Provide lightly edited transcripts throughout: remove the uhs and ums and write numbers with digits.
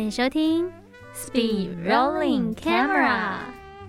迎收听 Speed Rolling Camera。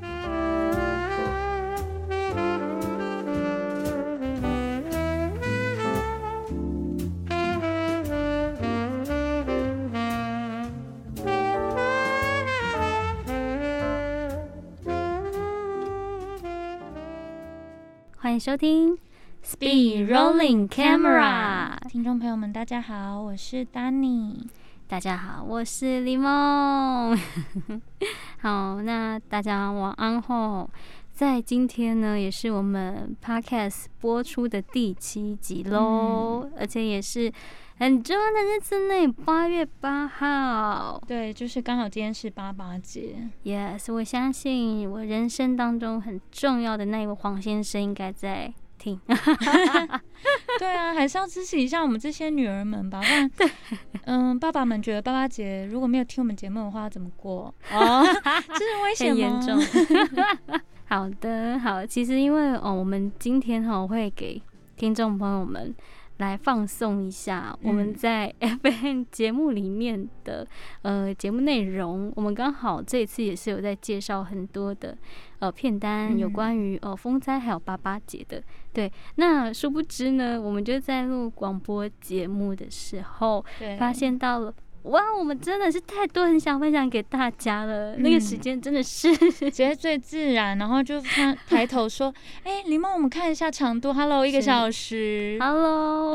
欢迎收听 Speed Rolling Camera。 听众朋友们，大家好，我是 Danny。 大家好，我是李梦。好，那大家晚安后，在今天呢，也是我们 Podcast 播出的第7集咯，而且也是很重要的日子呢，8月8号。 对，就是刚好今天是88节。 Yes， 我相信我人生当中很重要的那位黄先生应该在听。 对啊，还是要支持一下我们这些女儿们吧，不然，爸爸们觉得88节如果没有听我们节目的话，要怎么过？哦，这是危险吗？ 很严重。好的，好，其实因为我们今天会给听众朋友们来放送一下我们在 FM 节目里面的节目内容。我们刚好这一次也是有在介绍很多的片单，有关于风灾还有88节的。对，那殊不知呢，我们就在录广播节目的时候，发现到了。哇，我们真的是太多很想分享给大家了，那个时间真的是直接最自然，然后就抬头说：“哎，李梦，我们看一下长度 ，Hello， 1个小时 ，Hello。”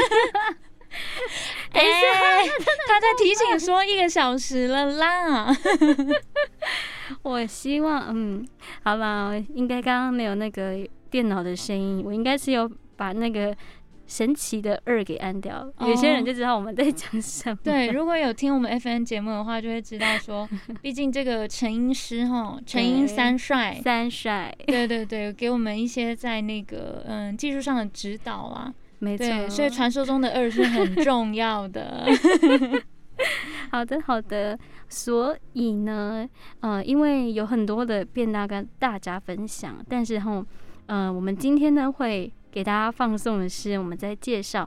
哎，他在提醒说1个小时了啦。 我希望，好吧，应该刚刚没有那个电脑的声音，我应该是有把那个神奇的2给按掉了，有些人就知道我们在讲什么。 对，如果有听我们 FN 节目的话，就会知道说，毕竟这个成音师成音三帅，对对对，给我们一些在那个技术上的指导啦。 没错， 所以传说中的2是很重要的。 好的好的，所以呢，因为有很多的便当跟大家分享，但是我们今天呢会给大家放送的是我们在介绍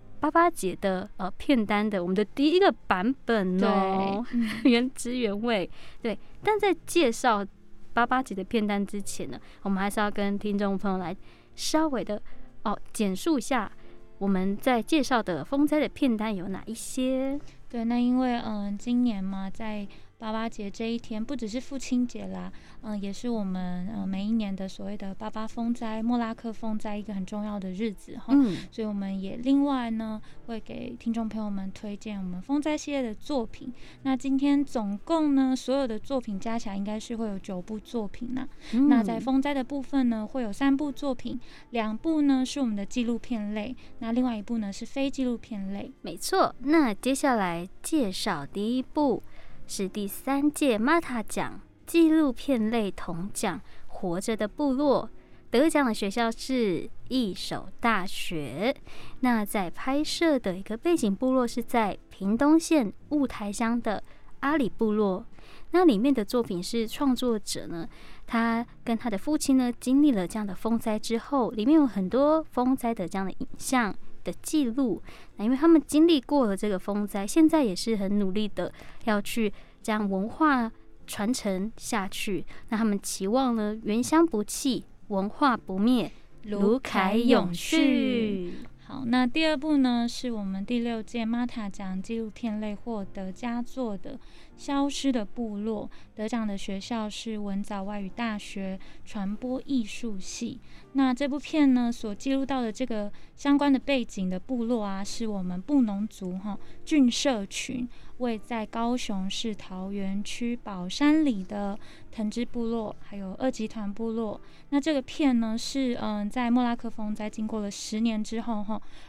88节的片单的我们的第一个版本哦，原汁原味。对，但在介绍88节的片单之前呢，我们还是要跟听众朋友来稍微的简述一下我们在介绍的风灾的片单有哪一些。 对，那因为今年嘛，在88节这一天，不只是父亲节啦，也是我们每一年的所谓的88风灾、莫拉克风灾一个很重要的日子哈。所以我们也另外呢会给听众朋友们推荐我们风灾系列的作品。那今天总共呢所有的作品加起来应该是会有9部作品啦。那在风灾的部分呢会有3部作品，2部呢是我们的纪录片类，那另外1部呢是非纪录片类。 没错，那接下来介绍第一部。是第3届玛塔奖纪录片类铜奖《活着的部落》，得奖的学校是一所大学。那在拍摄的一个背景部落是在屏东县雾台乡的阿里部落。那里面的作品是创作者呢，他跟他的父亲呢经历了这样的风灾之后，里面有很多风灾的这样的影像的记录。那因为他们经历过了这个风灾，现在也是很努力的要去将文化传承下去。那他们期望呢，原乡不弃，文化不灭，卢凯永续。 好，那第2部呢是我们第6届玛塔奖纪录片类获得佳作的《消失的部落》，得奖的学校是文藻外语大学传播艺术系。那这部片呢所记录到的这个相关的背景的部落啊，是我们布农族郡社群位在高雄市桃园区宝山里的藤枝部落，还有2集团部落。那这个片呢是在莫拉克风灾经过了10年之后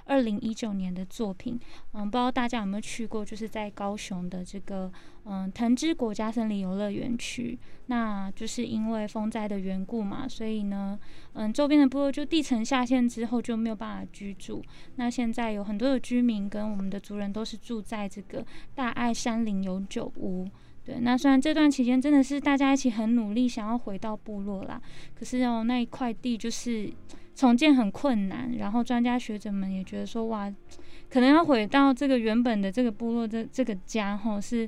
2019年的作品。不知道大家有没有去过，就是在高雄的这个藤枝国家森林游乐园区。那就是因为风灾的缘故嘛，所以呢周边的部落就地层下陷之后就没有办法居住。那现在有很多的居民跟我们的族人都是住在这个大爱山林永久屋。对，那虽然这段期间真的是大家一起很努力想要回到部落啦，可是那一块地就是重建很困难，然后专家学者们也觉得说，哇，可能要回到这个原本的这个部落这个家是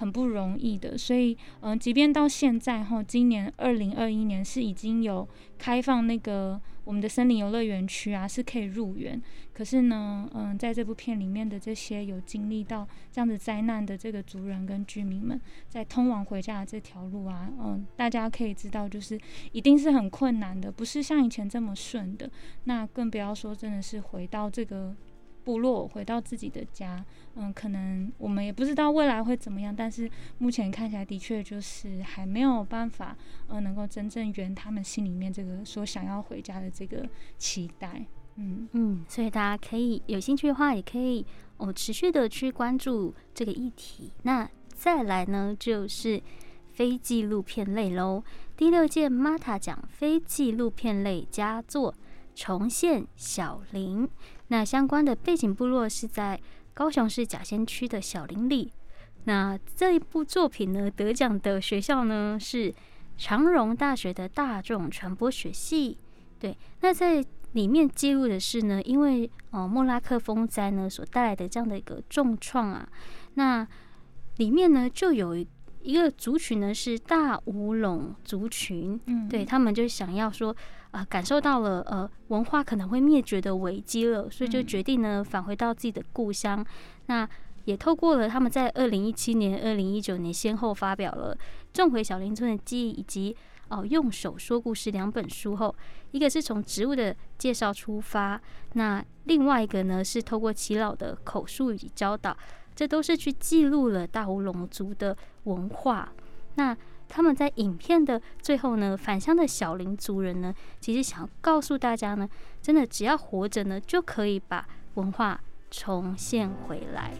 很不容易的。所以即便到现在今年2021年是已经有开放那个我们的森林游乐园区啊，是可以入园。可是呢，在这部片里面的这些有经历到这样子灾难的这个族人跟居民们，在通往回家的这条路啊，大家可以知道，就是一定是很困难的，不是像以前这么顺的。那更不要说真的是回到这个部落，回到自己的家，可能我们也不知道未来会怎么样，但是目前看起来的确就是还没有办法，能够真正圆他们心里面这个说想要回家的这个期待。 所以大家可以有兴趣的话，也可以持续的去关注这个议题。那再来呢，就是非纪录片类咯，第6届 MATA 奖非纪录片类佳作重现小林。那相关的背景部落是在高雄市甲仙区的小林里。那这一部作品呢，得奖的学校呢是长荣大学的大众传播学系。对，那在里面记录的是呢，因为莫拉克风灾呢所带来的这样的一个重创啊，那里面呢就有一个族群呢是大武陇族群，对，他们就想要说感受到了文化可能会灭绝的危机了，所以就决定呢返回到自己的故乡。那也透过了他们在2017年、2019年先后发表了《种回小林村的记忆》以及用手说故事2本书后，一个是从植物的介绍出发，那另外一个呢是透过耆老的口述与教导，这都是去记录了大武陇族的文化。那他们在影片的最后呢，返乡的小林族人呢，其实想要告诉大家呢，真的只要活着呢，就可以把文化重现回来。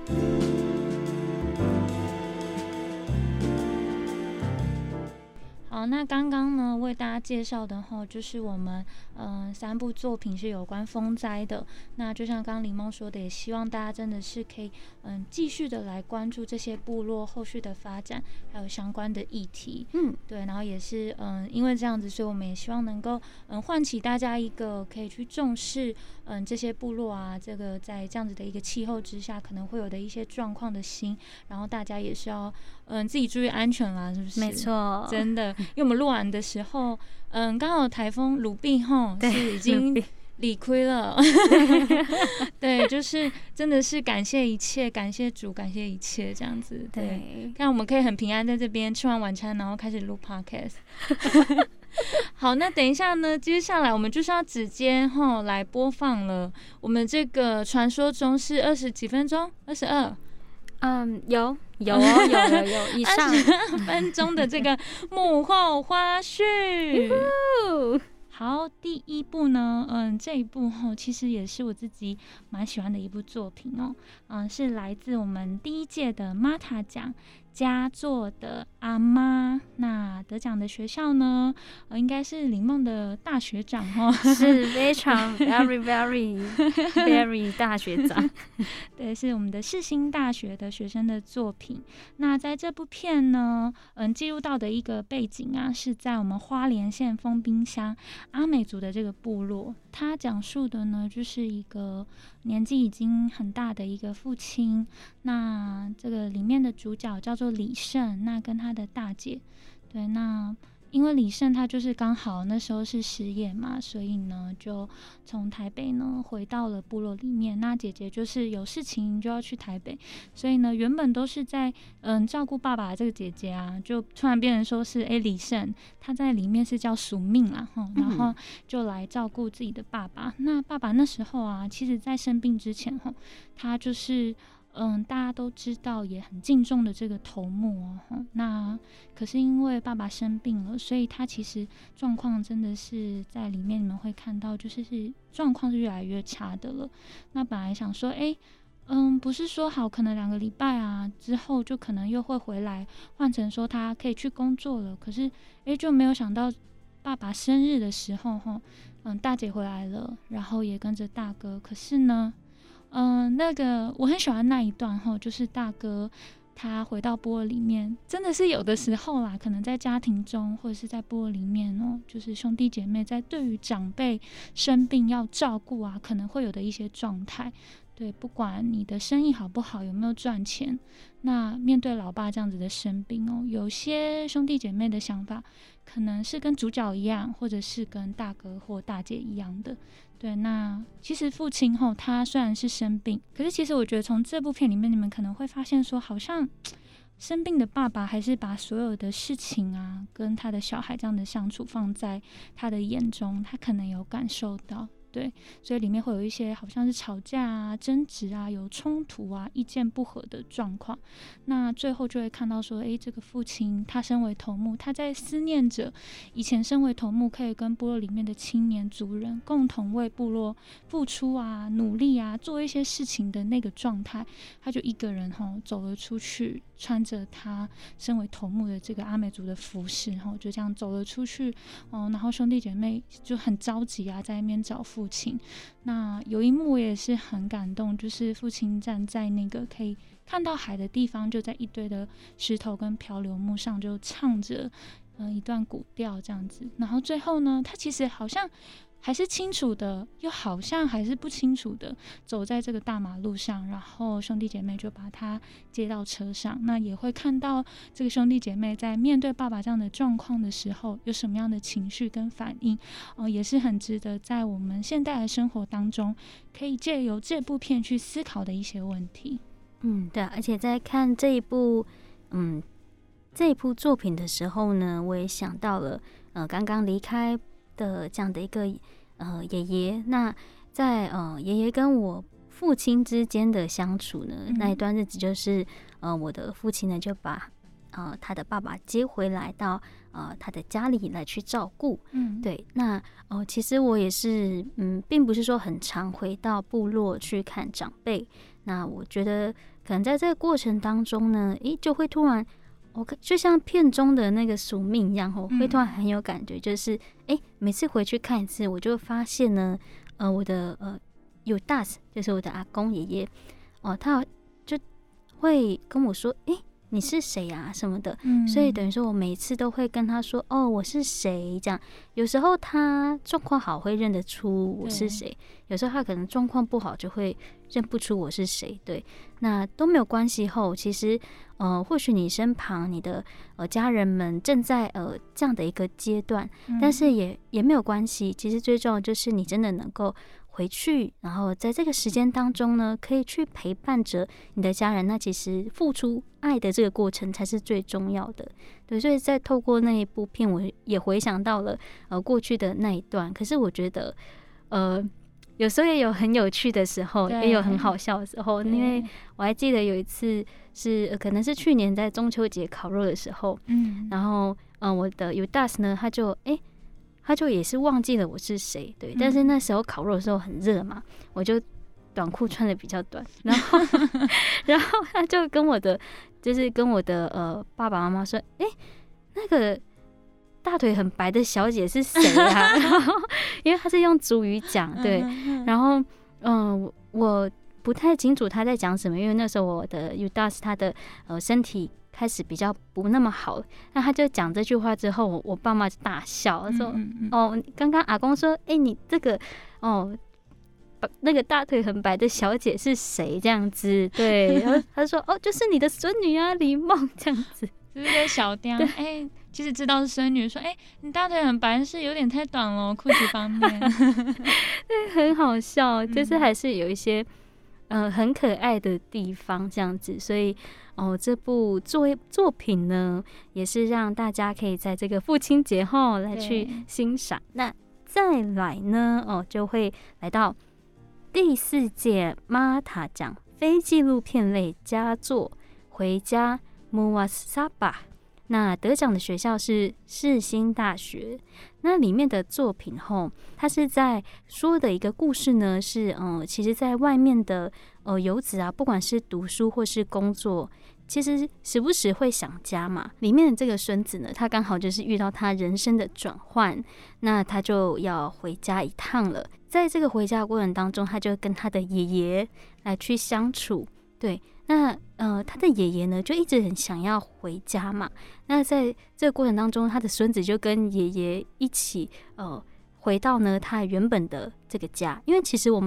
好，那刚刚呢为大家介绍的就是我们3部作品是有关风灾的。那就像刚刚林梦说的，也希望大家真的是可以继续的来关注这些部落后续的发展，还有相关的议题。对，然后也是因为这样子，所以我们也希望能够唤起大家一个可以去重视这些部落啊，这个在这样子的一个气候之下可能会有的一些状况的心，然后大家也是要自己注意安全啦，是不是？ 没错， 真的。因为我们录完的时候，刚好台风鲁碧是已经理亏了。对，就是真的是感谢一切，感谢主，感谢一切这样子。对，看我们可以很平安在这边吃完晚餐，然后开始录 podcast。好，那等一下呢，接下来我们就是要直接来播放了。我们这个传说中是20几分钟，22。 有以上 20分钟的这个幕后花絮。好，第一部呢，这一部其实也是我自己蛮喜欢的一部作品是来自我们第1届的 MATA 奖佳作的阿妈。那得奖的学校呢，应该是林梦的大学长是非常 very 大学长。 对，是我们的世新大学的学生的作品。那在这部片呢，记录到的一个背景啊，是在我们花莲县丰滨乡阿美族的这个部落。他讲述的呢，就是一个年纪已经很大的一个父亲。那这个里面的主角叫做李胜，那跟他的大姐。对，那因为李胜他就是刚好那时候是失业嘛，所以呢就从台北呢回到了部落里面。那姐姐就是有事情就要去台北，所以呢原本都是在照顾爸爸的这个姐姐啊，就突然变成说是李胜他在里面是叫署命啦然后就来照顾自己的爸爸。那爸爸那时候啊，其实在生病之前他就是大家都知道也很敬重的这个头目那可是因为爸爸生病了，所以他其实状况真的是在里面你们会看到，就是状况是越来越差的了。那本来想说不是说好可能2个礼拜啊之后就可能又会回来，换成说他可以去工作了，可是就没有想到爸爸生日的时候大姐回来了，然后也跟着大哥。可是呢那个我很喜欢那一段就是大哥他回到部落里面，真的是有的时候啦，可能在家庭中或者是在部落里面就是兄弟姐妹在对于长辈生病要照顾啊，可能会有的一些状态。 对，不管你的生意好不好，有没有赚钱，那面对老爸这样子的生病哦，有些兄弟姐妹的想法可能是跟主角一样，或者是跟大哥或大姐一样的。对，那其实父亲他虽然是生病，可是其实我觉得从这部片里面，你们可能会发现说，好像生病的爸爸还是把所有的事情啊，跟他的小孩这样的相处放在他的眼中，他可能有感受到。对，所以里面会有一些好像是吵架啊、争执啊、有冲突啊、意见不合的状况。那最后就会看到说，这个父亲他身为头目，他在思念着以前身为头目可以跟部落里面的青年族人共同为部落付出啊、努力啊、做一些事情的那个状态，他就一个人走了出去，穿着他身为头目的这个阿美族的服饰，就这样走了出去。然后兄弟姐妹就很着急啊，在那边找父亲。那有一幕我也是很感动，就是父亲站在那个可以看到海的地方，就在一堆的石头跟漂流木上，就唱着一段古调这样子。然后最后呢，他其实好像还是清楚的，又好像还是不清楚的走在这个大马路上，然后兄弟姐妹就把他接到车上。那也会看到这个兄弟姐妹在面对爸爸这样的状况的时候有什么样的情绪跟反应，也是很值得在我们现代的生活当中可以借由这部片去思考的一些问题。 对，而且在看这一部作品的时候呢，我也想到了刚刚离开的这样的一个爷爷。那在爷爷跟我父亲之间的相处呢，那一段日子就是我的父亲呢就把他的爸爸接回来到他的家里来去照顾。对，那其实我也是并不是说很常回到部落去看长辈。那我觉得可能在这个过程当中呢，就会突然就像片中的那个宿命一样会突然很有感觉，就是每次回去看一次，我就发现呢我的Yudas 就是我的阿公爷爷他就会跟我说你是谁啊什么的。所以等于说我每次都会跟他说我是谁这样。有时候他状况好会认得出我是谁，有时候他可能状况不好就会认不出我是谁。对，那都没有关系其实或许你身旁你的家人们正在这样的一个阶段，但是也没有关系。其实最重要就是你真的能够回去，然后在这个时间当中呢，可以去陪伴着你的家人。那其实付出爱的这个过程才是最重要的。对，所以在透过那一部片，我也回想到了过去的那一段。可是我觉得有时候也有很有趣的时候，也有很好笑的时候。因为我还记得有一次是可能是去年在中秋节烤肉的时候，然后我的Yudas呢，他就也是忘记了我是谁。对，但是那时候烤肉的时候很热嘛，我就短裤穿的比较短，然后他就跟我的爸爸妈妈说那个大腿很白的小姐是谁啊？然后因为他是用族语讲，对，然后我不太清楚他在讲什么，因为那时候我的 Yudas 他的身体开始比较不那么好。那他就讲这句话之后，我爸妈就大笑，说刚刚阿公说你这个那个大腿很白的小姐是谁这样子。对，然后他说就是你的孙女啊李梦这样子。 就是在小雕其实知道是孙女，说你大腿很白是有点太短了裤子方面。 对，很好笑，就是还是有一些很可爱的地方这样子。所以这部作品呢，也是让大家可以在这个父亲节后来去欣赏。那再来呢就会来到第4届玛塔奖非纪录片类佳作回家Muasabah。那得奖的学校是世新大学。那里面的作品它是在说的一个故事呢，是其实在外面的游子啊，不管是读书或是工作，其实时不时会想家嘛。里面的这个孙子呢，他刚好就是遇到他人生的转换，那他就要回家一趟了。在这个回家的过程当中，他就跟他的爷爷来去相处。对，那他的爷爷呢就一直很想要回家嘛。那在这个过程当中，他的孙子就跟爷爷一起回到呢他原本的这个家。因为其实我们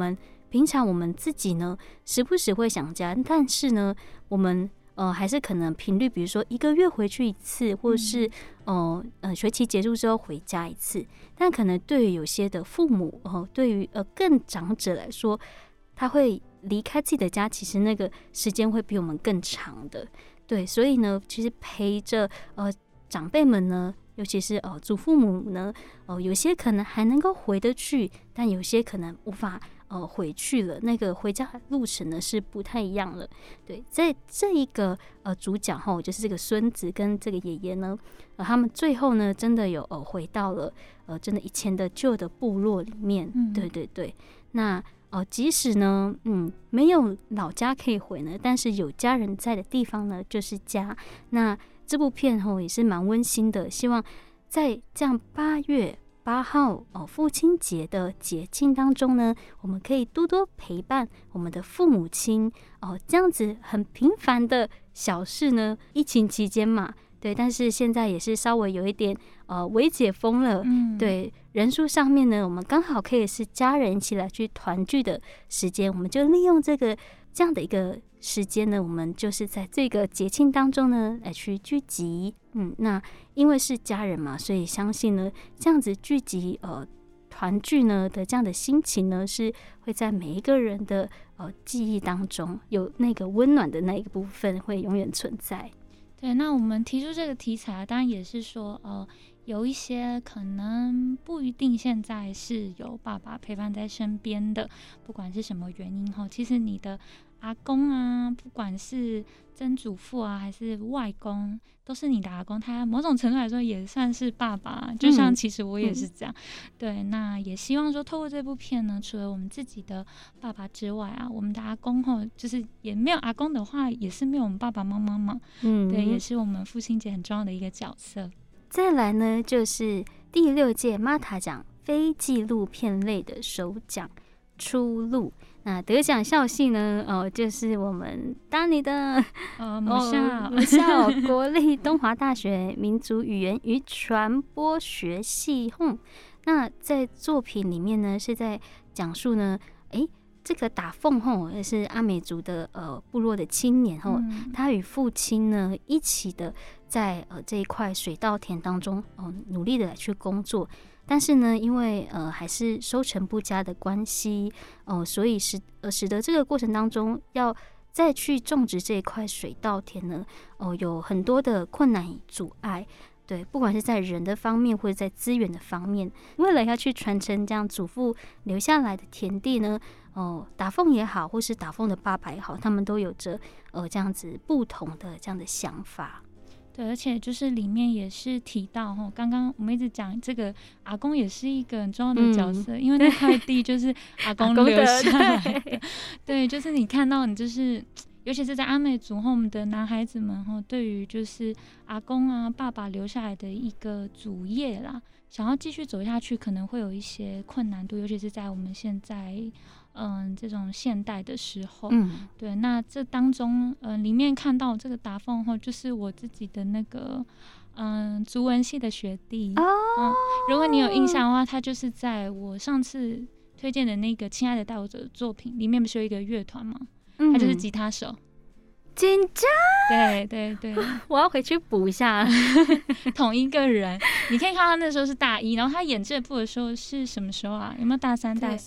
平常我们自己呢时不时会想家，但是呢我们还是可能频率，比如说1个月回去一次，或者是学期结束之后回家一次。但可能对于有些的父母，对于更长者来说，他会离开自己的家，其实那个时间会比我们更长的。对，所以呢，其实陪着长辈们呢，尤其是祖父母呢，有些可能还能够回得去，但有些可能无法回去了，那个回家的路程呢是不太一样了。对，在这一个主角就是这个孙子跟这个爷爷呢，他们最后呢真的有回到了真的以前的旧的部落里面。对对对，那即使呢没有老家可以回呢，但是有家人在的地方呢就是家。那这部片也是蛮温馨的，希望在这样8月8号父亲节的节庆当中呢，我们可以多多陪伴我们的父母亲这样子很平凡的小事呢，疫情期间嘛，对，但是现在也是稍微有一点微解封了，对，人数上面呢，我们刚好可以是家人一起来去团聚的时间，我们就利用这样的一个时间呢，我们就是在这个节庆当中呢来去聚集。那因为是家人嘛，所以相信呢这样子聚集团聚呢的这样的心情呢，是会在每一个人的记忆当中有那个温暖的那一个部分会永远存在。 对，那我们提出这个题材，当然也是说有一些可能不一定现在是有爸爸陪伴在身边的，不管是什么原因其实你的阿公啊，不管是曾祖父啊还是外公，都是你的阿公，他某种程度来说也算是爸爸，就像其实我也是这样。对，那也希望说透过这部片呢，除了我们自己的爸爸之外啊，我们的阿公就是也没有阿公的话，也是没有我们爸爸妈妈嘛。对，也是我们父亲节很重要的一个角色。 再来呢，就是第6届玛塔奖非纪录片类的首奖出路。那得奖校系呢，就是我们丹尼的母校国立东华大学民族语言与传播学系。那在作品里面呢，是在讲述呢，这个打凤也是阿美族的部落的青年他与父亲呢一起的在这一块水稻田当中努力的来去工作，但是呢因为还是收成不佳的关系所以使得这个过程当中要再去种植这一块水稻田呢有很多的困难与阻碍。对，不管是在人的方面或者在资源的方面，为了要去传承这样祖父留下来的田地呢，打凤也好，或是打凤的爸爸也好，他们都有着这样子不同的这样的想法。 对，而且就是里面也是提到刚刚我们一直讲这个阿公也是一个很重要的角色，因为那块地就是阿公留下来的。对，就是你看到你就是尤其是在阿美族我们的男孩子们对于就是阿公啊爸爸留下来的一个祖业啦，想要继续走下去可能会有一些困难度，尤其是在我们现在这种现代的时候。对，那这当中里面看到这个达凤就是我自己的那个族文系的学弟如果你有印象的话，他就是在我上次推荐的那个亲爱的带我走的作品里面不是有一个乐团吗？他就是吉他手。 真假？ 对对对， 我要回去补一下。 同一个人，你可以看到他那时候是大1，然后他演这部的时候是什么时候啊？有没有大3、大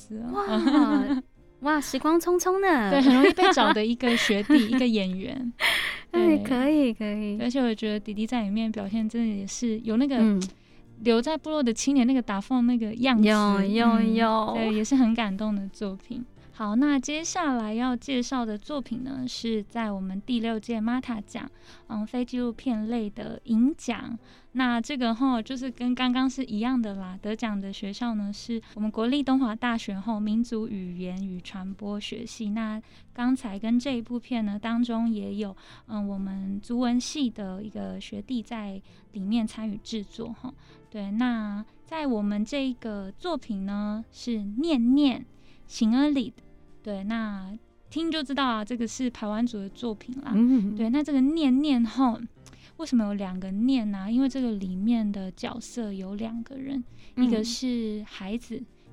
4？ 哇，时光匆匆呢。 对，很容易被找的一个学弟，一个演员。 对，可以。 而且我觉得弟弟在里面表现真的也是有那个留在部落的青年那个打凤那个样子， 有， 对，也是很感动的作品。好，那接下来要介绍的作品呢，是在我们第6届玛塔奖非纪录片类的银奖。那这个就是跟刚刚是一样的啦，得奖的学校呢是我们国立东华大学民族语言与传播学系。那刚才跟这一部片呢当中也有我们族文系的一个学弟在里面参与制作对，那在我们这个作品呢是念念行而里的。对，那听就知道啊，这个是排湾族的作品啦。对，那这个念念为什么有2个念呢？因为这个里面的角色有2个人，一个是孩子，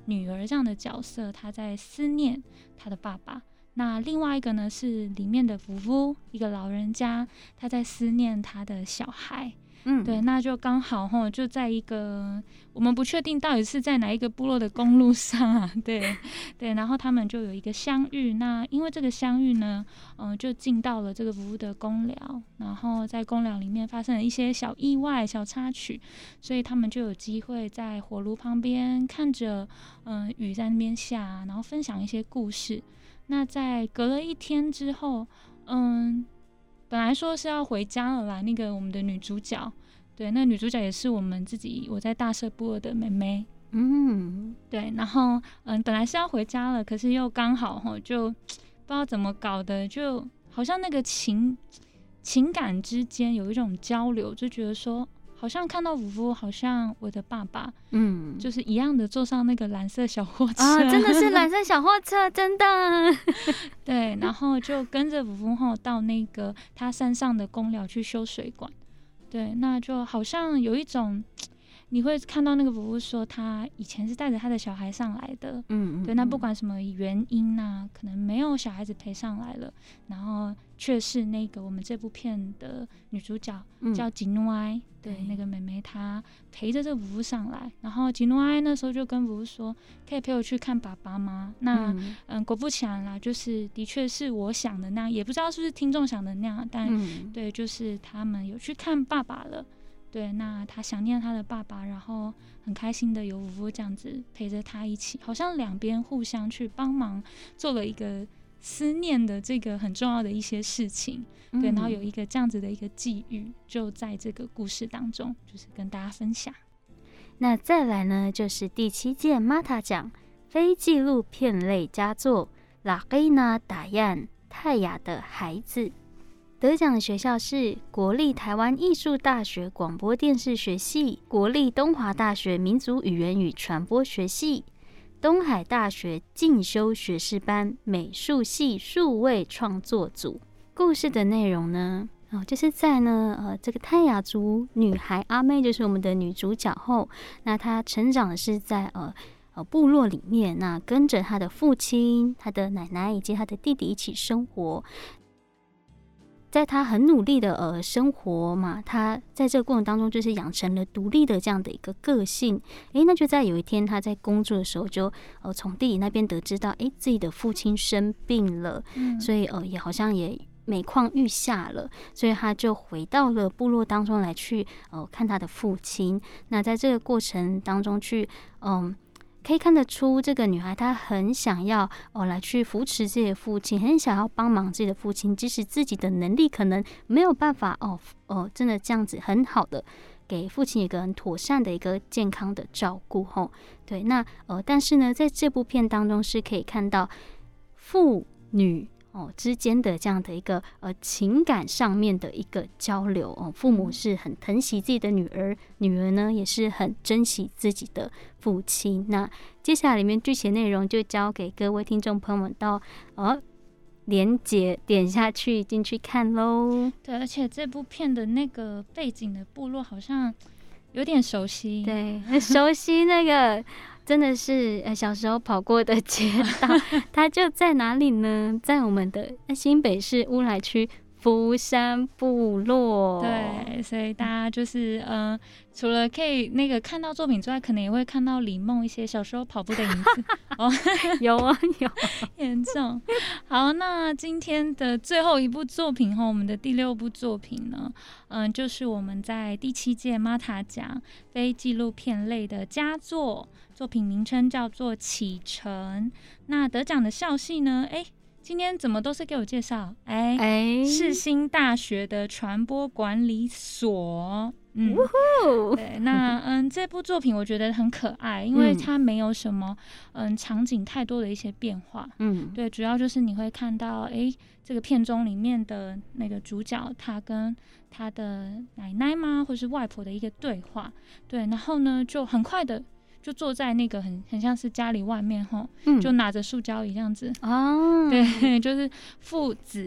女儿这样的角色，她在思念她的爸爸。那另外一个呢，是里面的夫妇，一个老人家，他在思念他的小孩。对，那就刚好就在一个我们不确定到底是在哪一个部落的公路上啊，对，然后他们就有一个相遇。那因为这个相遇呢，就进到了这个服务的公寮，然后在公寮里面发生了一些小意外、小插曲，所以他们就有机会在火炉旁边看着雨在那边下，然后分享一些故事。那在隔了一天之后，本来说是要回家了啦，那个我们的女主角，对，那女主角也是我在大社部落的妹妹，对，然后本来是要回家了，可是又刚好就不知道怎么搞的，就好像那个情感之间有一种交流，就觉得说好像看到夫妇，好像我的爸爸，就是一样的坐上那个蓝色小货车啊， 真的是蓝色小货车，真的。 对，然后就跟着夫妇到那个他山上的公寮去修水管。对，那就好像有一种，你会看到那个夫妇说，他以前是带着他的小孩上来的，对，那不管什么原因啊，可能没有小孩子陪上来了，然后却是那个我们这部片的女主角叫吉努埃，对，那个妹妹她陪着这个夫妇上来，然后吉努埃那时候就跟夫妇说，可以陪我去看爸爸吗？那果不其然啦，就是的确是我想的那样，也不知道是不是听众想的那样，但对，就是他们有去看爸爸了。对，那他想念他的爸爸，然后很开心的有夫妇这样子陪着他一起，好像两边互相去帮忙，做了一个思念的这个很重要的一些事情。对，然后有一个这样子的一个际遇，就在这个故事当中，就是跟大家分享。 那再来呢，就是第7届玛塔奖非纪录片类佳作《拉盖纳达yan泰雅的孩子》。得奖的学校是国立台湾艺术大学广播电视学系、国立东华大学民族语言与传播学系、东海大学进修学士班美术系数位创作组。故事的内容呢，就是在这个泰雅族女孩阿妹，就是我们的女主角后，那她成长的是在部落里面，那跟着她的父亲、她的奶奶以及她的弟弟一起生活。在他很努力的生活嘛，他在这个过程当中就是养成了独立的这样的一个个性。那就在有一天他在工作的时候就从弟弟那边得知到自己的父亲生病了，所以也好像也每况愈下了，所以他就回到了部落当中来去看他的父亲。那在这个过程当中去可以看得出，这个女孩她很想要来去扶持自己的父亲，很想要帮忙自己的父亲，即使自己的能力可能没有办法真的这样子很好的给父亲一个很妥善的一个健康的照顾对，那但是呢，在这部片当中是可以看到父女之间的这样的一个情感上面的一个交流父母是很疼惜自己的女儿，女儿呢也是很珍惜自己的父亲。那接下来里面剧情内容就交给各位听众朋友们到连结点下去进去看咯。 对，而且这部片的那个背景的部落好像有点熟悉， 对，很熟悉那个。真的是小时候跑过的街道，它就在哪里呢？在我们的新北市乌来区福山部落。 对，所以大家就是除了可以那个看到作品之外，可能也会看到李梦一些小时候跑步的影子。 有严重。好，那今天的最后一部作品我们的第6部作品呢，就是我们在第7届玛塔奖非纪录片类的佳作。作品名称叫做《启程》，那得奖的校系呢？今天怎么都是给我介绍？世新大学的传播管理所。对，那这部作品我觉得很可爱，因为它没有什么场景太多的一些变化。对，主要就是你会看到这个片中里面的那个主角，他跟他的奶奶吗，或是外婆的一个对话。对，然后呢，就很快的。就坐在那个很像是家里外面就拿着塑胶椅这样子对，就是父子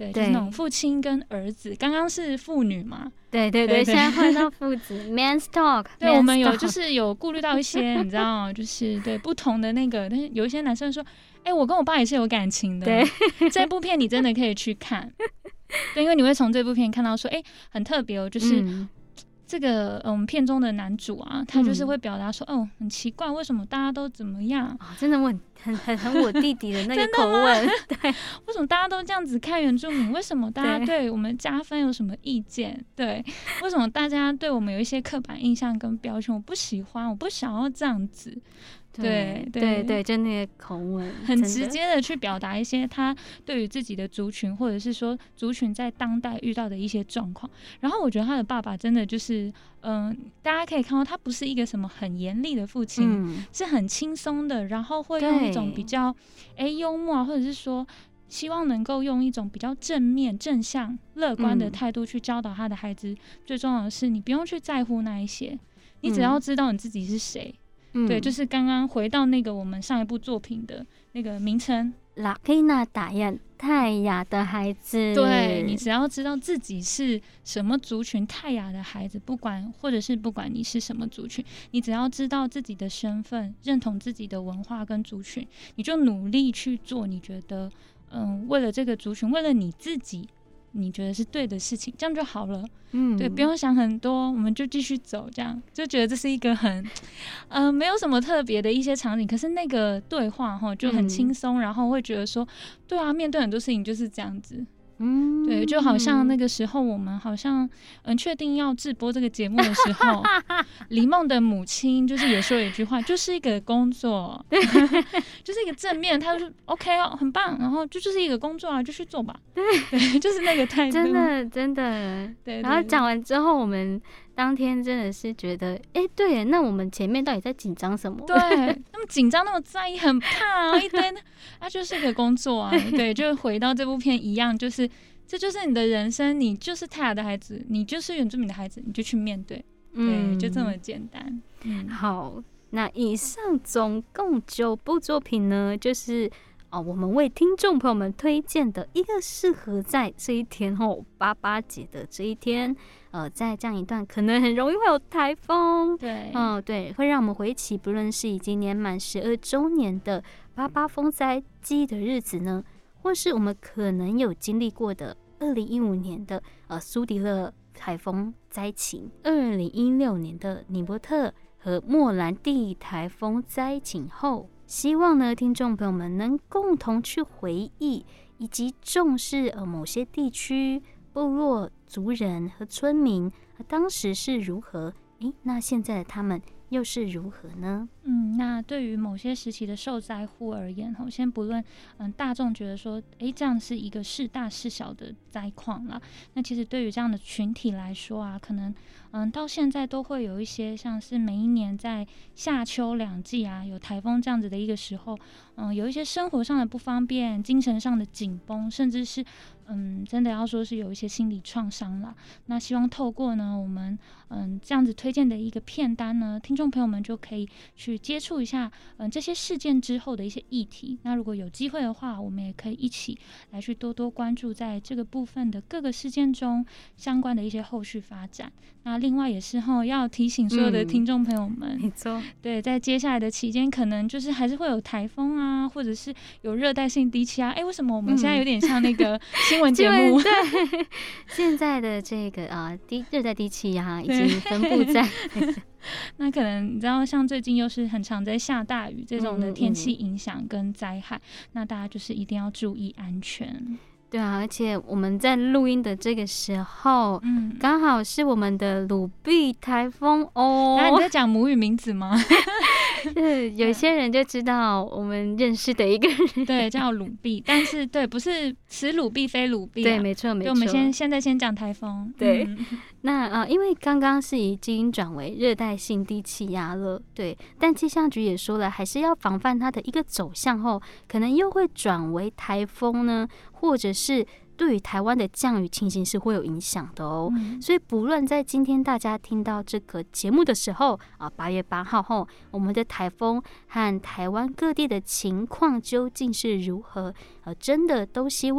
对，就是那种父亲跟儿子，刚刚是父女嘛， 对，现在换到父子 ，man's talk。 对，我们就是有顾虑到一些，你知道，就是对不同的那个，但是有一些男生说，我跟我爸也是有感情的，对，这部片你真的可以去看，对，因为你会从这部片看到说，很特别哦，就是。这个片中的男主啊，他就是会表达说，很奇怪，为什么大家都怎么样？ 真的很我弟弟的那个口吻，对， 为什么大家都这样子看原住民？为什么大家对我们加分有什么意见？对，为什么大家对我们有一些刻板印象跟标签？我不喜欢，我不想要这样子。对， 就那个口吻， 很直接的去表达一些他对于自己的族群，或者是说族群在当代遇到的一些状况。然后我觉得他的爸爸真的就是，大家可以看到他不是一个什么很严厉的父亲，是很轻松的，然后会用一种比较幽默啊，或者是说希望能够用一种比较正面、正向、乐观的态度去教导他的孩子。最重要的是，你不用去在乎那一些，你只要知道你自己是谁。对，就是刚刚回到那个我们上一部作品的那个名称， 拉佩纳达亚泰雅的孩子。 对，你只要知道自己是什么族群，泰雅的孩子，不管你是什么族群，你只要知道自己的身份，认同自己的文化跟族群，你就努力去做你觉得为了这个族群，为了你自己你觉得是对的事情，这样就好了。对，不用想很多，我们就继续走，这样就觉得这是一个很没有什么特别的一些场景，可是那个对话就很轻松，然后会觉得说，对啊，面对很多事情就是这样子。对，就好像那个时候我们好像确定要制播这个节目的时候，李梦的母亲就是也说了一句话，就是一个工作，就是一个正面，他就说 OK 哦，很棒，然后就是一个工作啊，就去做吧。对，就是那个态度， 真的。 对， 然后讲完之后，我们当天真的是觉得，对，那我们前面到底在紧张什么？ 对，那么紧张，那么在意，很怕一堆，就是一个工作啊。对，就回到这部片一样，就是这就是你的人生，你就是泰雅的孩子，你就是原住民的孩子，你就去面对。对，就这么简单。 好，那以上总共9部作品呢，就是我们为听众朋友们推荐的一个适合在这一天88节的这一天，在这样一段可能很容易会有台风，对，会让我们回起不论是已经年满12周年的88风灾记忆的日子呢，或是我们可能有经历过的2015年的苏迪勒台风灾情，2016年的尼伯特和莫兰蒂台风灾情后，希望呢听众朋友们能共同去回忆以及重视某些地区部落族人和村民当时是如何，那现在的他们又是如何呢？ 那对于某些时期的受灾户而言，先不论大众觉得说这样是一个是大是小的灾况啦，那其实对于这样的群体来说啊，可能到现在都会有一些像是每一年在夏秋两季啊有台风这样子的一个时候，有一些生活上的不方便，精神上的紧绷，甚至是真的要说是有一些心理创伤啦。那希望透过呢我们这样子推荐的一个片单呢，听众朋友们就可以去接触一下这些事件之后的一些议题。那如果有机会的话，我们也可以一起来去多多关注在这个部分的各个事件中相关的一些后续发展。那另外也是要提醒所有的听众朋友们， 没错， 对，在接下来的期间，可能就是还是会有台风啊，或者是有热带性低气压。为什么我们现在有点像那个新闻节目？ 对，现在的这个热带低气压已经分布在那可能你知道，像最近又是很常在下大雨这种的天气影响跟灾害，那大家就是一定要注意安全。 对啊，而且我们在录音的这个时候，刚好是我们的鲁碧台风哦。 你在讲母语名字吗？ 有些人就知道我们认识的一个人， 对，叫鲁碧，但是对，不是此鲁碧非鲁碧， 对，没错。 我们现在先讲台风， 对。那因为刚刚是已经转为热带性低气压了，对，但气象局也说了，还是要防范它的一个走向后，可能又会转为台风呢，或者是对于台湾的降雨情形是会有影响的哦。所以不论在今天大家听到这个节目的时候8月8号后，我们的台风和台湾各地的情况究竟是如何，真的都希望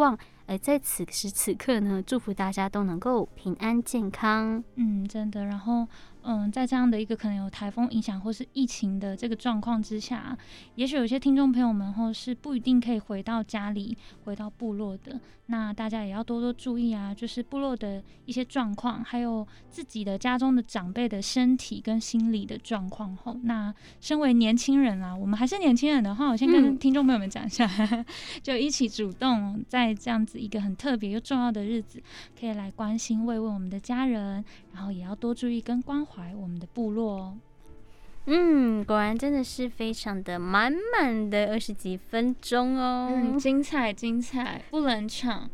在此时此刻呢，祝福大家都能够平安健康。 真的。然后在这样的一个可能有台风影响或是疫情的这个状况之下，也许有些听众朋友们或是不一定可以回到家里回到部落的，那大家也要多多注意啊，就是部落的一些状况，还有自己的家中的长辈的身体跟心理的状况后，那身为年轻人啊，我们还是年轻人的话，我先跟听众朋友们讲一下，就一起主动在这样子一个很特别又重要的日子，可以来关心慰问我们的家人，然后也要多注意跟关怀我们的部落哦。 果然真的是非常的满满的20几分钟哦。 精彩精彩，不冷场。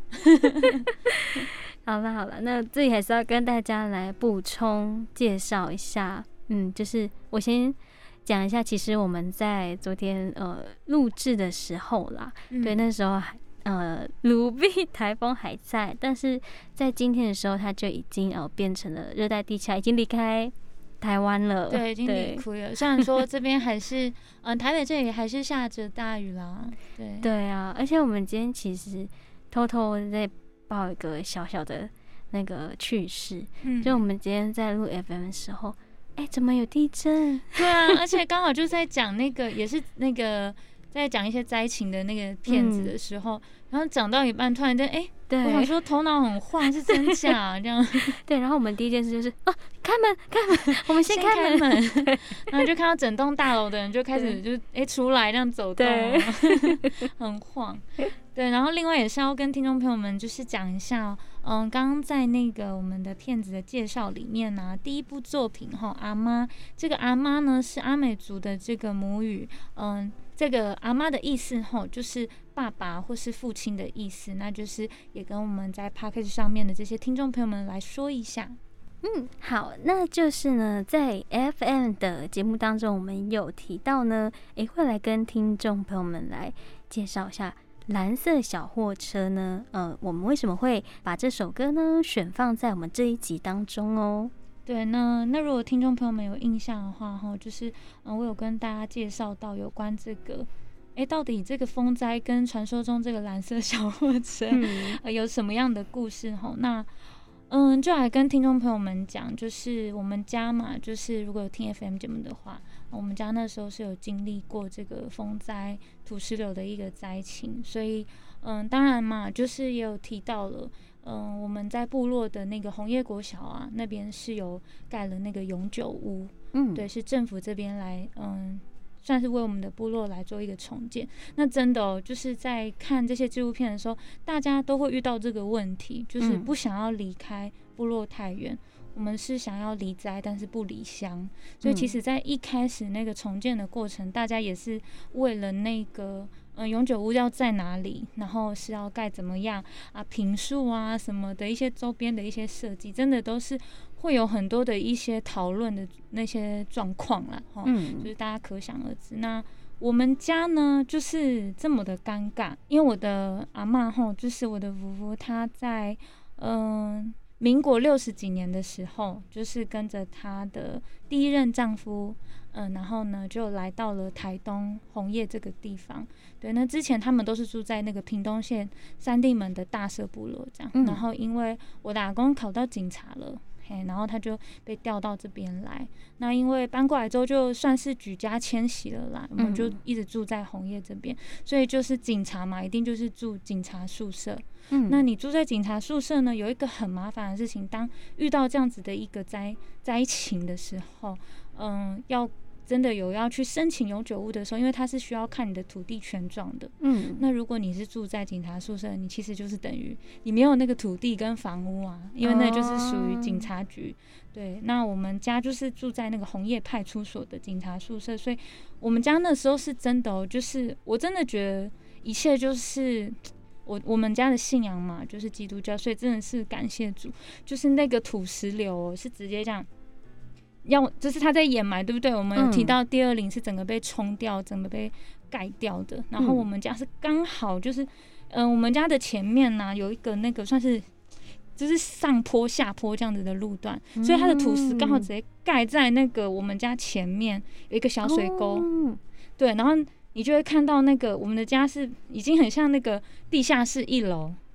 好了，那这里还是要跟大家来补充介绍一下，就是我先讲一下，其实我们在昨天录制的时候啦，对，那时候鲁碧台风还在，但是在今天的时候，它就已经变成了热带低气压，已经离开台湾了。 对，已经离开了。虽然说这边还是台北这里还是下着大雨啦。对啊，而且我们今天其实偷偷在报一个小小的那个趣事，就我们今天在录 FM 的时候，怎么有地震？ 对啊，而且刚好就在讲那个，也是那个在讲一些灾情的那个片子的时候，然后讲到一半，突然间，对，我想说头脑很晃，是真假这样。 对，然后我们第一件事就是开门，我们先开门， 然后就看到整栋大楼的人就开始就出来这样走动，很晃。对，然后另外也是要跟听众朋友们就是讲一下刚刚在那个我们的片子的介绍里面呢，第一部作品阿妈，这个阿妈呢是阿美族的这个母语，这个阿妈的意思就是爸爸或是父亲的意思，那就是也跟我们在 Podcast 上面的这些听众朋友们来说一下。 好，那就是呢，在 FM 的节目当中，我们有提到呢，会来跟听众朋友们来介绍一下蓝色小货车呢，我们为什么会把这首歌呢选放在我们这一集当中哦？ 对，那如果听众朋友们有印象的话，就是我有跟大家介绍到有关这个，到底这个风灾跟传说中这个蓝色小货车有什么样的故事？那就来跟听众朋友们讲，就是我们家嘛，就是如果有听 FM 节目的话，我们家那时候是有经历过这个风灾土石流的一个灾情，所以当然嘛，就是也有提到了。我们在部落的那个红叶国小啊，那边是有盖了那个永久屋，对，是政府这边来，算是为我们的部落来做一个重建。那真的就是在看这些纪录片的时候，大家都会遇到这个问题，就是不想要离开部落太远。我们是想要离灾，但是不离乡，所以其实在一开始那个重建的过程，大家也是为了那个永久屋要在哪里，然后是要盖怎么样啊，坪数啊什么的一些周边的一些设计，真的都是会有很多的一些讨论的那些状况啦，就是大家可想而知。那我们家呢就是这么的尴尬，因为我的阿嬷就是我的姑姑，她在民国60几年的时候，就是跟着她的第一任丈夫，然后呢就来到了台东红叶这个地方。对，那之前他们都是住在那个屏东县三地门的大社部落这样。然后因为我的阿公考到警察了，然后他就被调到这边来。那因为搬过来之后，就算是举家迁徙了啦，我们就一直住在红叶这边。所以就是警察嘛，一定就是住警察宿舍。那你住在警察宿舍呢，有一个很麻烦的事情，当遇到这样子的一个灾情的时候，要真的有要去申请永久屋的时候，因为它是需要看你的土地权状的。那如果你是住在警察宿舍，你其实就是等于你没有那个土地跟房屋啊，因为那就是属于警察局。对，那我们家就是住在那个红叶派出所的警察宿舍，所以我们家那时候是真的就是我真的觉得一切就是我们家的信仰嘛，就是基督教，所以真的是感谢主，就是那个土石流是直接这样。就是他在掩埋，对不对？我们有提到第二陵是整个被冲掉，整个被盖掉的。然后我们家是刚好就是，我们家的前面呢有一个那个算是就是上坡下坡这样子的路段，所以它的土石刚好直接盖在那个我们家前面有一个小水沟，对，然后你就会看到那个我们的家是已经很像那个地下室1楼。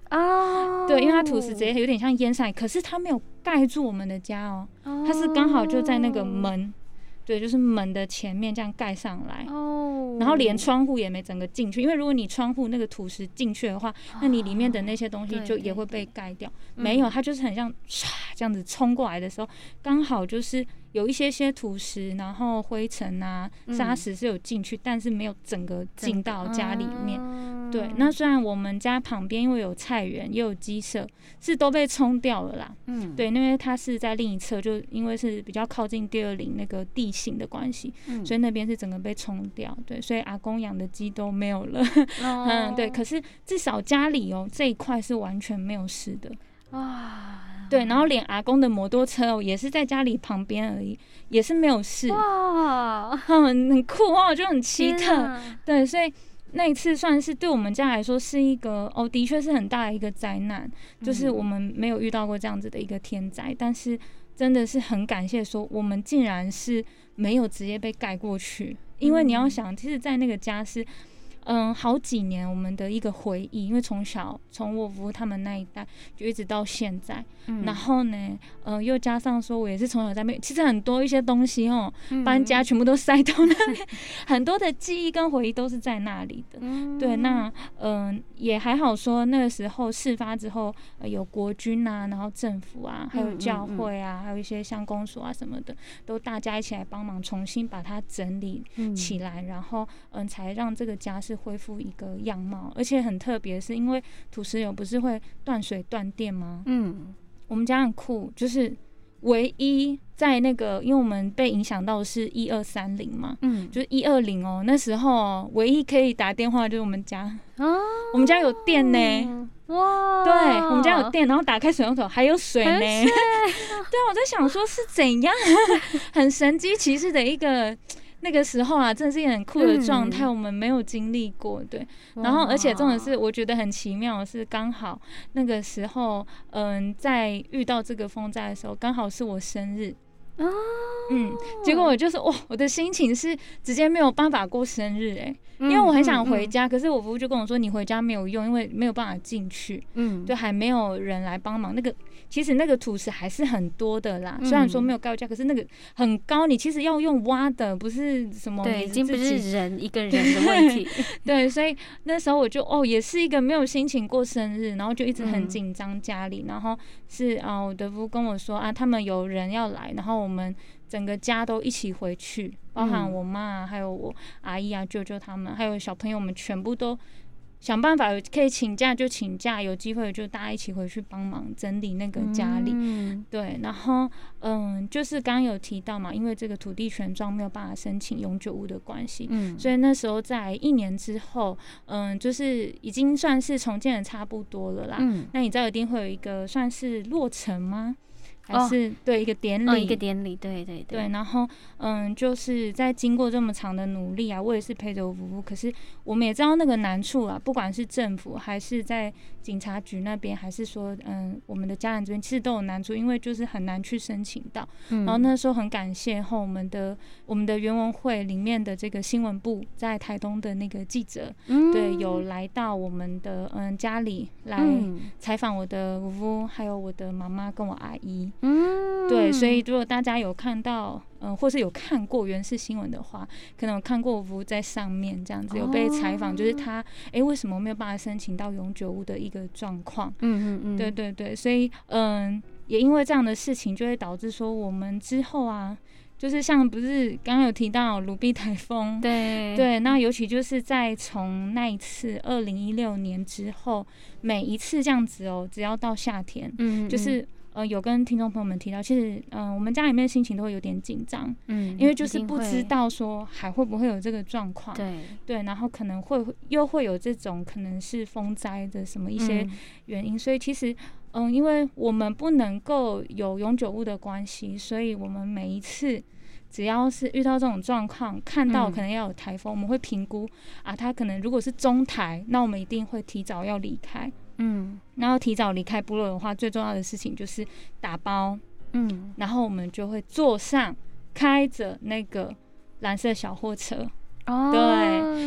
哦， 对，因为它土石直接有点像淹上来，可是它没有盖住我们的家哦，它是刚好就在那个门，对，就是门的前面这样盖上来，然后连窗户也没整个进去，因为如果你窗户那个土石进去的话，那你里面的那些东西就也会被盖掉。没有，它就是很像唰这样子冲过来的时候，刚好就是有一些土石，然后灰尘啊、沙石是有进去，但是没有整个进到家里面。对，那虽然我们家旁边因为有菜园也有鸡舍，是都被冲掉了啦。对，因为它是在另一侧，就因为是比较靠近第二林那个地形的关系，所以那边是整个被冲掉。对，所以阿公养的鸡都没有了。对，可是至少家里这一块是完全没有事的。对，然后连阿公的摩托车也是在家里旁边而已，也是没有事。哇，很酷哦，就很奇特。对，所以那一次算是对我们家来说是一个的确是很大的一个灾难，就是我们没有遇到过这样子的一个天灾，但是真的是很感谢说我们竟然是没有直接被盖过去，因为你要想，其实在那个家是好几年我们的一个回忆，因为从我夫他们那一代就一直到现在，然后呢，又加上说我也是从小在那边，其实很多一些东西搬家全部都塞到那边，很多的记忆跟回忆都是在那里的。对，那也还好说那个时候事发之后，有国军啊，然后政府啊，还有教会啊，还有一些乡公所啊什么的，都大家一起来帮忙重新把它整理起来，然后才让这个家是恢复一个样貌。而且很特别是因为土石流不是会断水断电吗？我们家很酷，就是唯一在那个，因为我们被影响到的是1230嘛，就是120那时候唯一可以打电话就是我们家，我们家有电呢。哇！对，我们家有电，然后打开水龙头还有水呢。对，我在想说是怎样，很神机骑士的一个。那个时候真的是一个很酷的状态，我们没有经历过，对。然后，而且重点是，我觉得很奇妙的是，刚好那个时候，在遇到这个风灾的时候，刚好是我生日。结果我就是我的心情是直接没有办法过生日因为我很想回家，可是我夫妇就跟我说你回家没有用，因为没有办法进去，对，还没有人来帮忙。其实那个土石还是很多的啦，虽然说没有盖架，可是那个很高，你其实要用挖的，不是什么对，已经不是一个人的问题。 对，所以那时候我就也是一个没有心情过生日，然后就一直很紧张家里，然后是我的夫跟我说他们有人要来，然后我们整个家都一起回去，包含我妈还有我阿姨啊、舅舅他们，还有小朋友们，全部都想办法可以请假就请假，有机会就大家一起回去帮忙整理那个家里。对，然后就是刚刚有提到嘛，因为这个土地权状没有办法申请永久物的关系，所以那时候在1年之后，就是已经算是重建的差不多了啦。那你知道一定会有一个算是落成吗？还是对一个典礼， 一个典礼，对对对。然后就是在经过这么长的努力我也是陪着我夫妇，可是我们也知道那个难处不管是政府还是在警察局那边，还是说我们的家人这边，其实都有难处，因为就是很难去申请到。然后那时候很感谢我们的原文会里面的这个新闻部在台东的那个记者，对，有来到我们的家里来采访我的夫妇，还有我的妈妈跟我阿姨。对，所以如果大家有看到或是有看过原视新闻的话，可能有看过我夫在上面这样子有被采访，就是他为什么没有办法申请到永久物的一个状况。对对对，所以也因为这样的事情，就会导致说我们之后就是像不是刚刚有提到鲁碧台风，对，那尤其就是在从那一次2016年之后，每一次这样子只要到夏天，就是有跟听众朋友们提到，其实我们家里面心情都会有点紧张，因为就是不知道说还会不会有这个状况，对，然后可能又会有这种可能是风灾的什么一些原因，所以其实因为我们不能够有永久物的关系，所以我们每一次只要是遇到这种状况，看到可能要有台风，我们会评估它可能如果是中台，那我们一定会提早要离开。然后提早离开部落的话，最重要的事情就是打包，然后我们就会坐上开着那个蓝色小货车，对，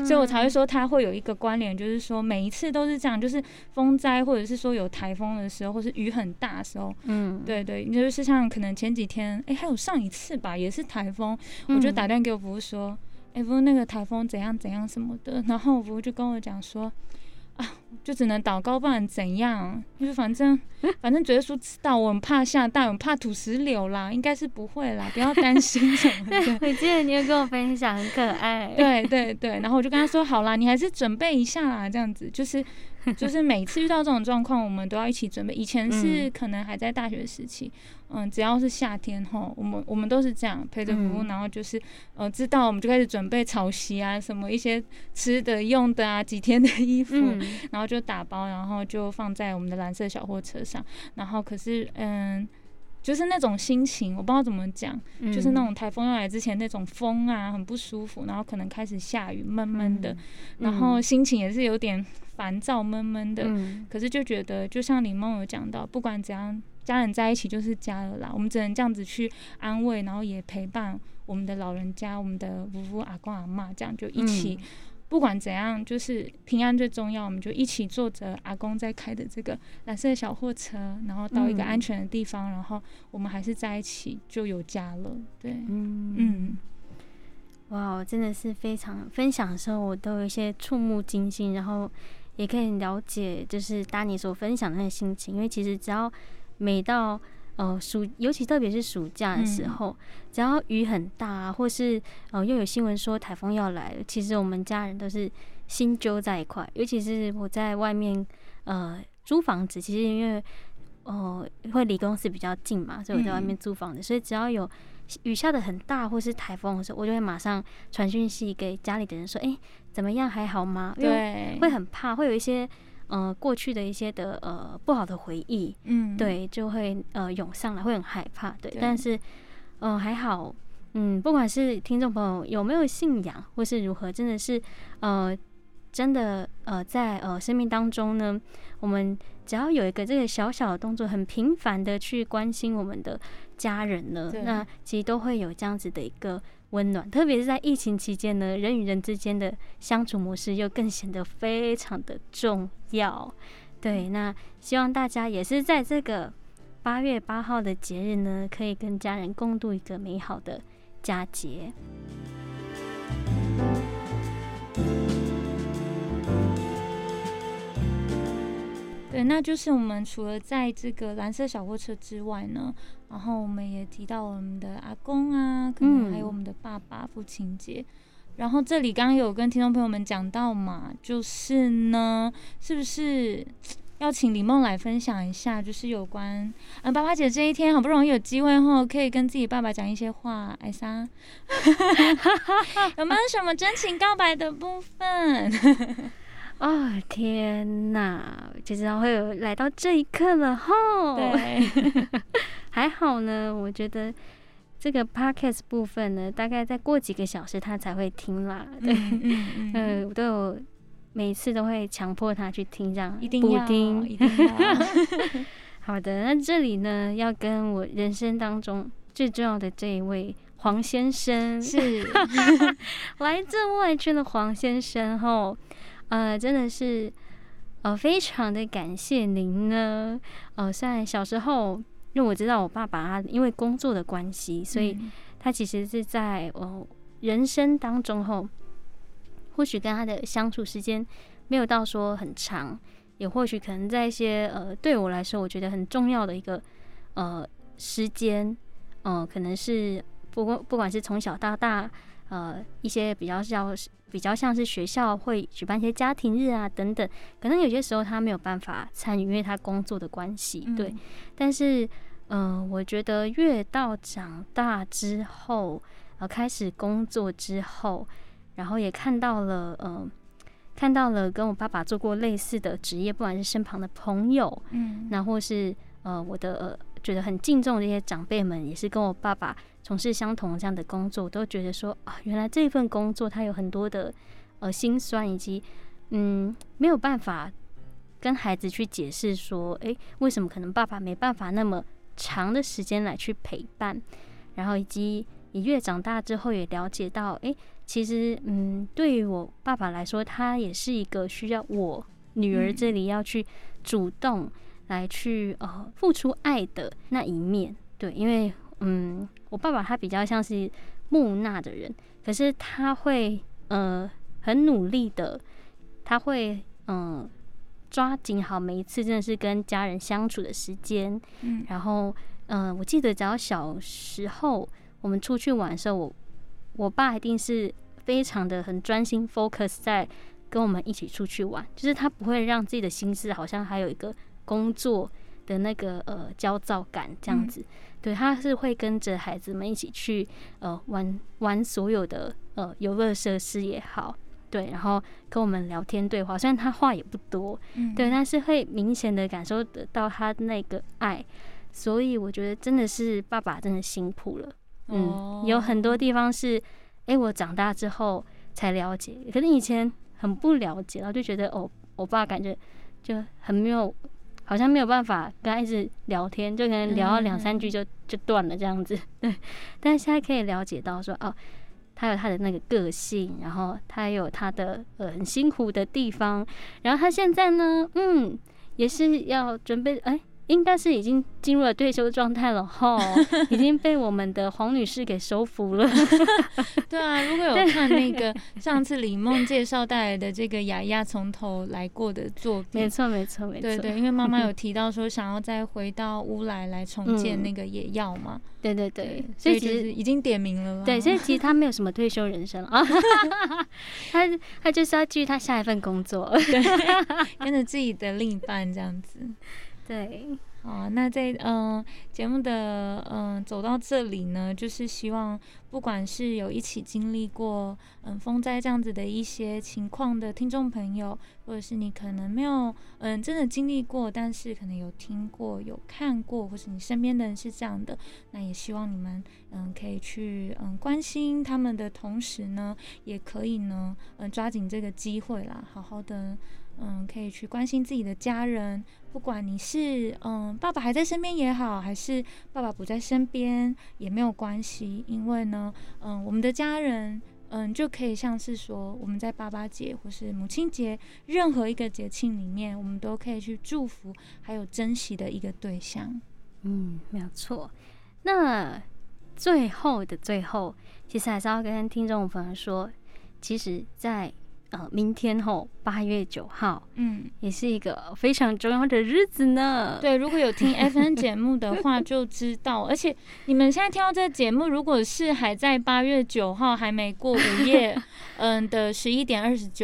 所以我才会说它会有一个关联，就是说每一次都是这样，就是风灾或者是说有台风的时候，或是雨很大的时候，对对，就是像可能前几天，还有上一次吧，也是台风，我就打电话给我服务说，服务那个台风怎样怎样什么的，然后我服务就跟我讲说，就只能祷告，不然怎样？就是反正主耶稣知道，我很怕下大雨，很怕土石流啦，应该是不会啦，不要担心什么的。 我记得你有跟我分享，很可爱。 对对对，然后我就跟他说，好啦，你还是准备一下啦，这样子就是每次遇到这种状况，我们都要一起准备。以前是可能还在大学时期，只要是夏天吼，我们都是这样陪着服务，然后就是知道我们就开始准备草席啊，什么一些吃的用的啊，几天的衣服，然后就打包，然后就放在我们的蓝色小货车上。然后可是就是那种心情，我不知道怎么讲，就是那种台风要来之前那种风啊，很不舒服，然后可能开始下雨，闷闷的，然后心情也是有点烦躁，闷闷的。可是就觉得，就像李梦有讲到，不管怎样，家人在一起就是家了啦。我们只能这样子去安慰，然后也陪伴我们的老人家，我们的夫妇、阿公、阿嬷，这样就一起。不管怎样，就是平安最重要。我们就一起坐着阿公在开的这个蓝色的小货车，然后到一个安全的地方，然后我们还是在一起，就有家了。对， 哇，真的是非常分享的时候，我都有一些触目惊心，然后也可以了解，就是达尼所分享的那个心情。因为其实只要每到尤其特别是暑假的时候，只要雨很大啊，或是又有新闻说台风要来了，其实我们家人都是心揪在一块。尤其是我在外面租房子，其实因为会离公司比较近嘛，所以我在外面租房子，所以只要有雨下的很大或是台风的时候，我就会马上传讯息给家里的人说，怎么样，还好吗？因为会很怕，会有一些过去的一些的不好的回忆，对，就会涌上来，会很害怕，对。但是还好，不管是听众朋友有没有信仰，或是如何，真的是真的在生命当中呢，我们只要有一个这个小小的动作，很频繁的去关心我们的家人呢，那其实都会有这样子的一个温暖。特别是在疫情期间呢，人与人之间的相处模式又更显得非常的重要。对，那希望大家也是在这个8月8号的节日呢，可以跟家人共度一个美好的佳节。 对，那就是我们除了在这个蓝色小货车之外呢，然后我们也提到我们的阿公啊，可能还有我们的爸爸父亲节。然后这里刚刚有跟听众朋友们讲到嘛，就是呢，是不是要请李梦来分享一下，就是有关爸爸节这一天，好不容易有机会后，可以跟自己爸爸讲一些话，艾莎，有没有什么真情告白的部分？ 天哪，就知道会有来到这一刻了吼。 对， 还好呢，我觉得这个 podcast 部分呢，大概再过几个小时他才会听啦。对，我都有每次都会强迫他去听，这样一定要。 好的，那这里呢，要跟我人生当中最重要的这一位黄先生， 是来自外圈的黄先生吼。真的是非常的感谢您呢。虽然小时候，因为我知道我爸爸他因为工作的关系，所以他其实是在人生当中后，或许跟他的相处时间没有到说很长，也或许可能在一些对我来说我觉得很重要的一个时间，可能是不管是从小到大一些比较像是学校会举办一些家庭日啊等等，可能有些时候他没有办法参与，因为他工作的关系，对。但是我觉得越到长大之后，开始工作之后，然后也看到了跟我爸爸做过类似的职业，不管是身旁的朋友，那或是我的觉得很敬重的一些长辈们，也是跟我爸爸从事相同这样的工作，我都觉得说原来这份工作它有很多的辛酸，以及没有办法跟孩子去解释说，为什么可能爸爸没办法那么长的时间来去陪伴，然后以及你越长大之后也了解到， 其实对于我爸爸来说，他也是一个需要我女儿这里要去主动来去付出爱的那一面。对，因为我爸爸他比较像是木讷的人，可是他会很努力的，他会抓紧好每一次真的是跟家人相处的时间。然后我记得只要小时候我们出去玩的时候，我爸一定是非常的很专心 focus 在跟我们一起出去玩，就是他不会让自己的心思好像还有一个工作的那个焦躁感这样子。对，他是会跟着孩子们一起去玩所有的游乐设施也好，对，然后跟我们聊天对话，虽然他话也不多，对，但是会明显的感受得到他那个爱。所以我觉得真的是爸爸真的辛苦了。有很多地方是我长大之后才了解，可是以前很不了解，然后就觉得我爸感觉就很没有，好像没有办法跟他一直聊天，就可能聊到2-3句就断了这样子。对，但是现在可以了解到说他有他的那个个性，然后他有他的很辛苦的地方，然后他现在呢也是要准备应该是已经进入了退休状态了齁，已经被我们的黄女士给收服了。 对啊，如果有看那个上次李梦介绍带来的这个雅雅从头来过的作品， 没错。 对，因为妈妈有提到说想要再回到乌来重建那个野药嘛。 对， 所以其实已经点名了。 对，所以其实他没有什么退休人生啊，他就是要继续他下一份工作， 对，跟着自己的另一半这样子。 对， 好，那在节目的走到这里呢，就是希望不管是有一起经历过风灾这样子的一些情况的听众朋友，或者是你可能没有真的经历过，但是可能有听过、有看过，或是你身边的人是这样的，那也希望你们可以去关心他们的同时呢，也可以呢抓紧这个机会啦，好好的。可以去关心自己的家人，不管你是爸爸还在身边也好，还是爸爸不在身边也没有关系，因为呢，我们的家人，就可以像是说我们在爸爸节或是母亲节任何一个节庆里面，我们都可以去祝福还有珍惜的一个对象。 没有错。那最后的最后，其实还是要跟听众朋友说，其实在明天后8月9号，也是一个非常重要的日子呢。 对，如果有听 FN 节目的话就知道，而且你们现在听到这个节目，如果是还在8月9号还没过午夜，的11点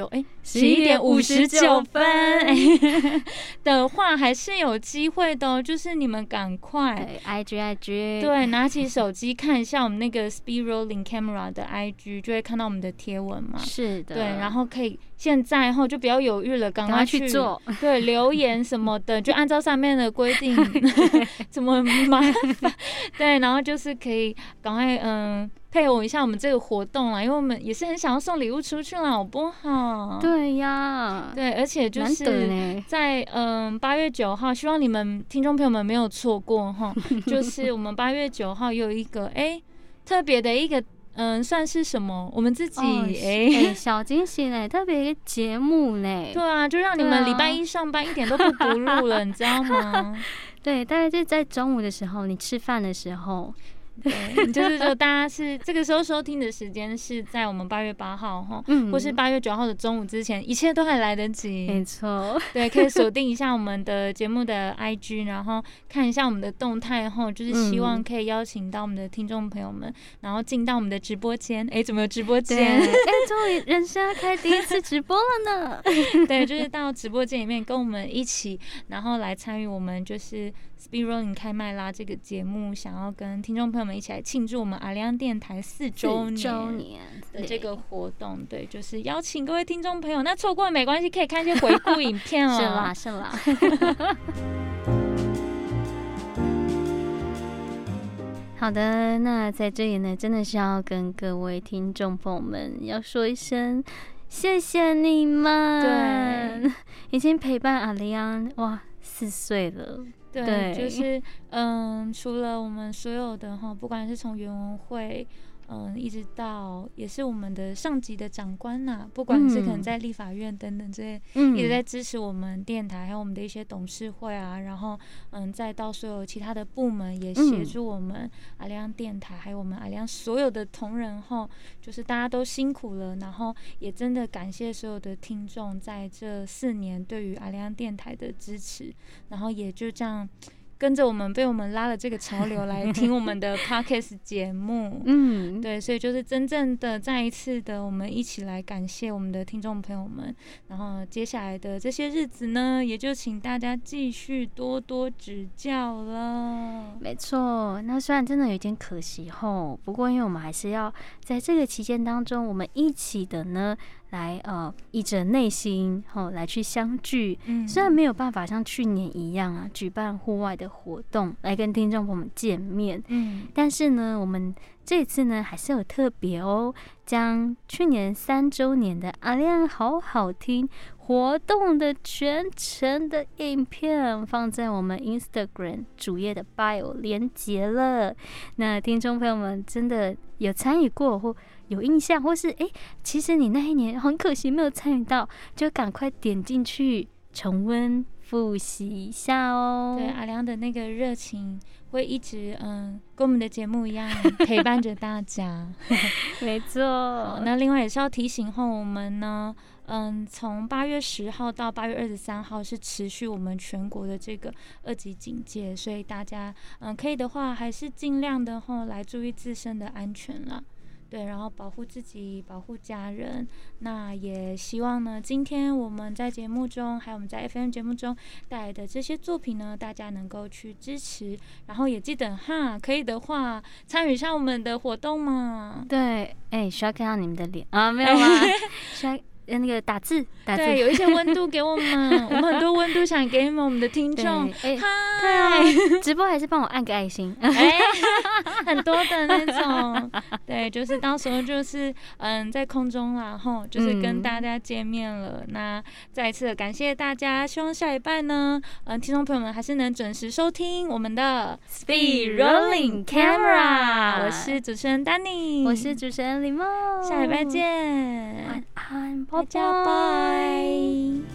59的话，还是有机会的哦。就是你们赶快 IG 对，拿起手机看一下我们那个 Speed Rolling Camera 的 IG， 就会看到我们的贴文嘛。 是的， 对，然后可以现在后就不要犹豫了，赶快去做。 对，留言什么的，就按照上面的规定，怎么麻烦？对，然后就是可以赶快配合一下我们这个活动啦，因为我们也是很想要送礼物出去啦，好不好？ 对呀， 对，而且就是在8月9号，希望你们听众朋友们没有错过哈，就是我们8月9号有一个特别的一个算是什么？我们自己小惊喜嘞，特别一个节目嘞。 对啊，就让你们礼拜一上班一点都不不录了，你知道吗？ 对，大概就在中午的时候，你吃饭的时候。 对，就是说大家是这个时候收听的时间是在我们8月8号哈，或是8月9号的中午之前，一切都还来得及。 没错， 对，可以锁定一下我们的节目的 IG， 然后看一下我们的动态后，就是希望可以邀请到我们的听众朋友们，然后进到我们的直播间。怎么有直播间？ 终于人生要开第一次直播了呢。 对，就是到直播间里面跟我们一起，然后来参与我们就是Speed Rolling 开麦啦这个节目，想要跟听众朋友们一起来庆祝我们阿亮电台4周年的这个活动。对，就是邀请各位听众朋友，那错过也没关系，可以看一些回顾影片哦。 是啦。好的，那在这里呢，真的是要跟各位听众朋友们要说一声谢谢你们，对，已经陪伴阿亮4岁了。对， 就是除了我们所有的不管是从原文会一直到也是我们的上级的长官呐，不管是可能在立法院等等这些，一直在支持我们电台，还有我们的一些董事会啊，然后再到所有其他的部门也协助我们阿里安电台，还有我们阿里安所有的同仁后，就是大家都辛苦了，然后也真的感谢所有的听众在这4年对于阿里安电台的支持，然后也就这样跟着我们被我们拉了这个潮流来听我们的 podcast 节目，对，所以就是真正的再一次的我们一起来感谢我们的听众朋友们，然后接下来的这些日子呢，也就请大家继续多多指教了。 没错，那虽然真的有点可惜吼，不过因为我们还是要在这个期间当中，我们一起的呢来依着内心来去相聚，虽然没有办法像去年一样啊举办户外的活动来跟听众朋友们见面，但是呢我们这次呢还是有特别哦，将去年3周年的阿里安好好听活动的全程的影片放在我们 Instagram 主页的 bio 连结了。那听众朋友们真的有参与过或有印象，或是其实你那一年很可惜没有参与到，就赶快点进去重温复习一下哦。 对，阿良的那个热情会一直跟我们的节目一样陪伴着大家。 没错。 那另外也是要提醒后，我们呢从8月10号到8月23号是持续我们全国的这个2级警戒，所以大家可以的话还是尽量的来注意自身的安全啦。对，然后保护自己，保护家人。那也希望呢，今天我们在节目中，还有我们在 FM 节目中带来的这些作品呢，大家能够去支持，然后也记得可以的话参与一下我们的活动嘛。 对，需要看到你们的脸啊，没有啊，需要那个打字， 对，有一些温度给我们，我们很多温度想给我们的听众。 对啊，直播还是帮我按个爱心， 很多的那种，对，就是到时候就是在空中啦，就是跟大家见面了。那再一次感谢大家，希望下礼拜呢，听众朋友们还是能准时收听我们的 Speed Rolling Camera。我是主持人 Danny， 我是主持人李梦， 下礼拜见， 晚安， 大家拜。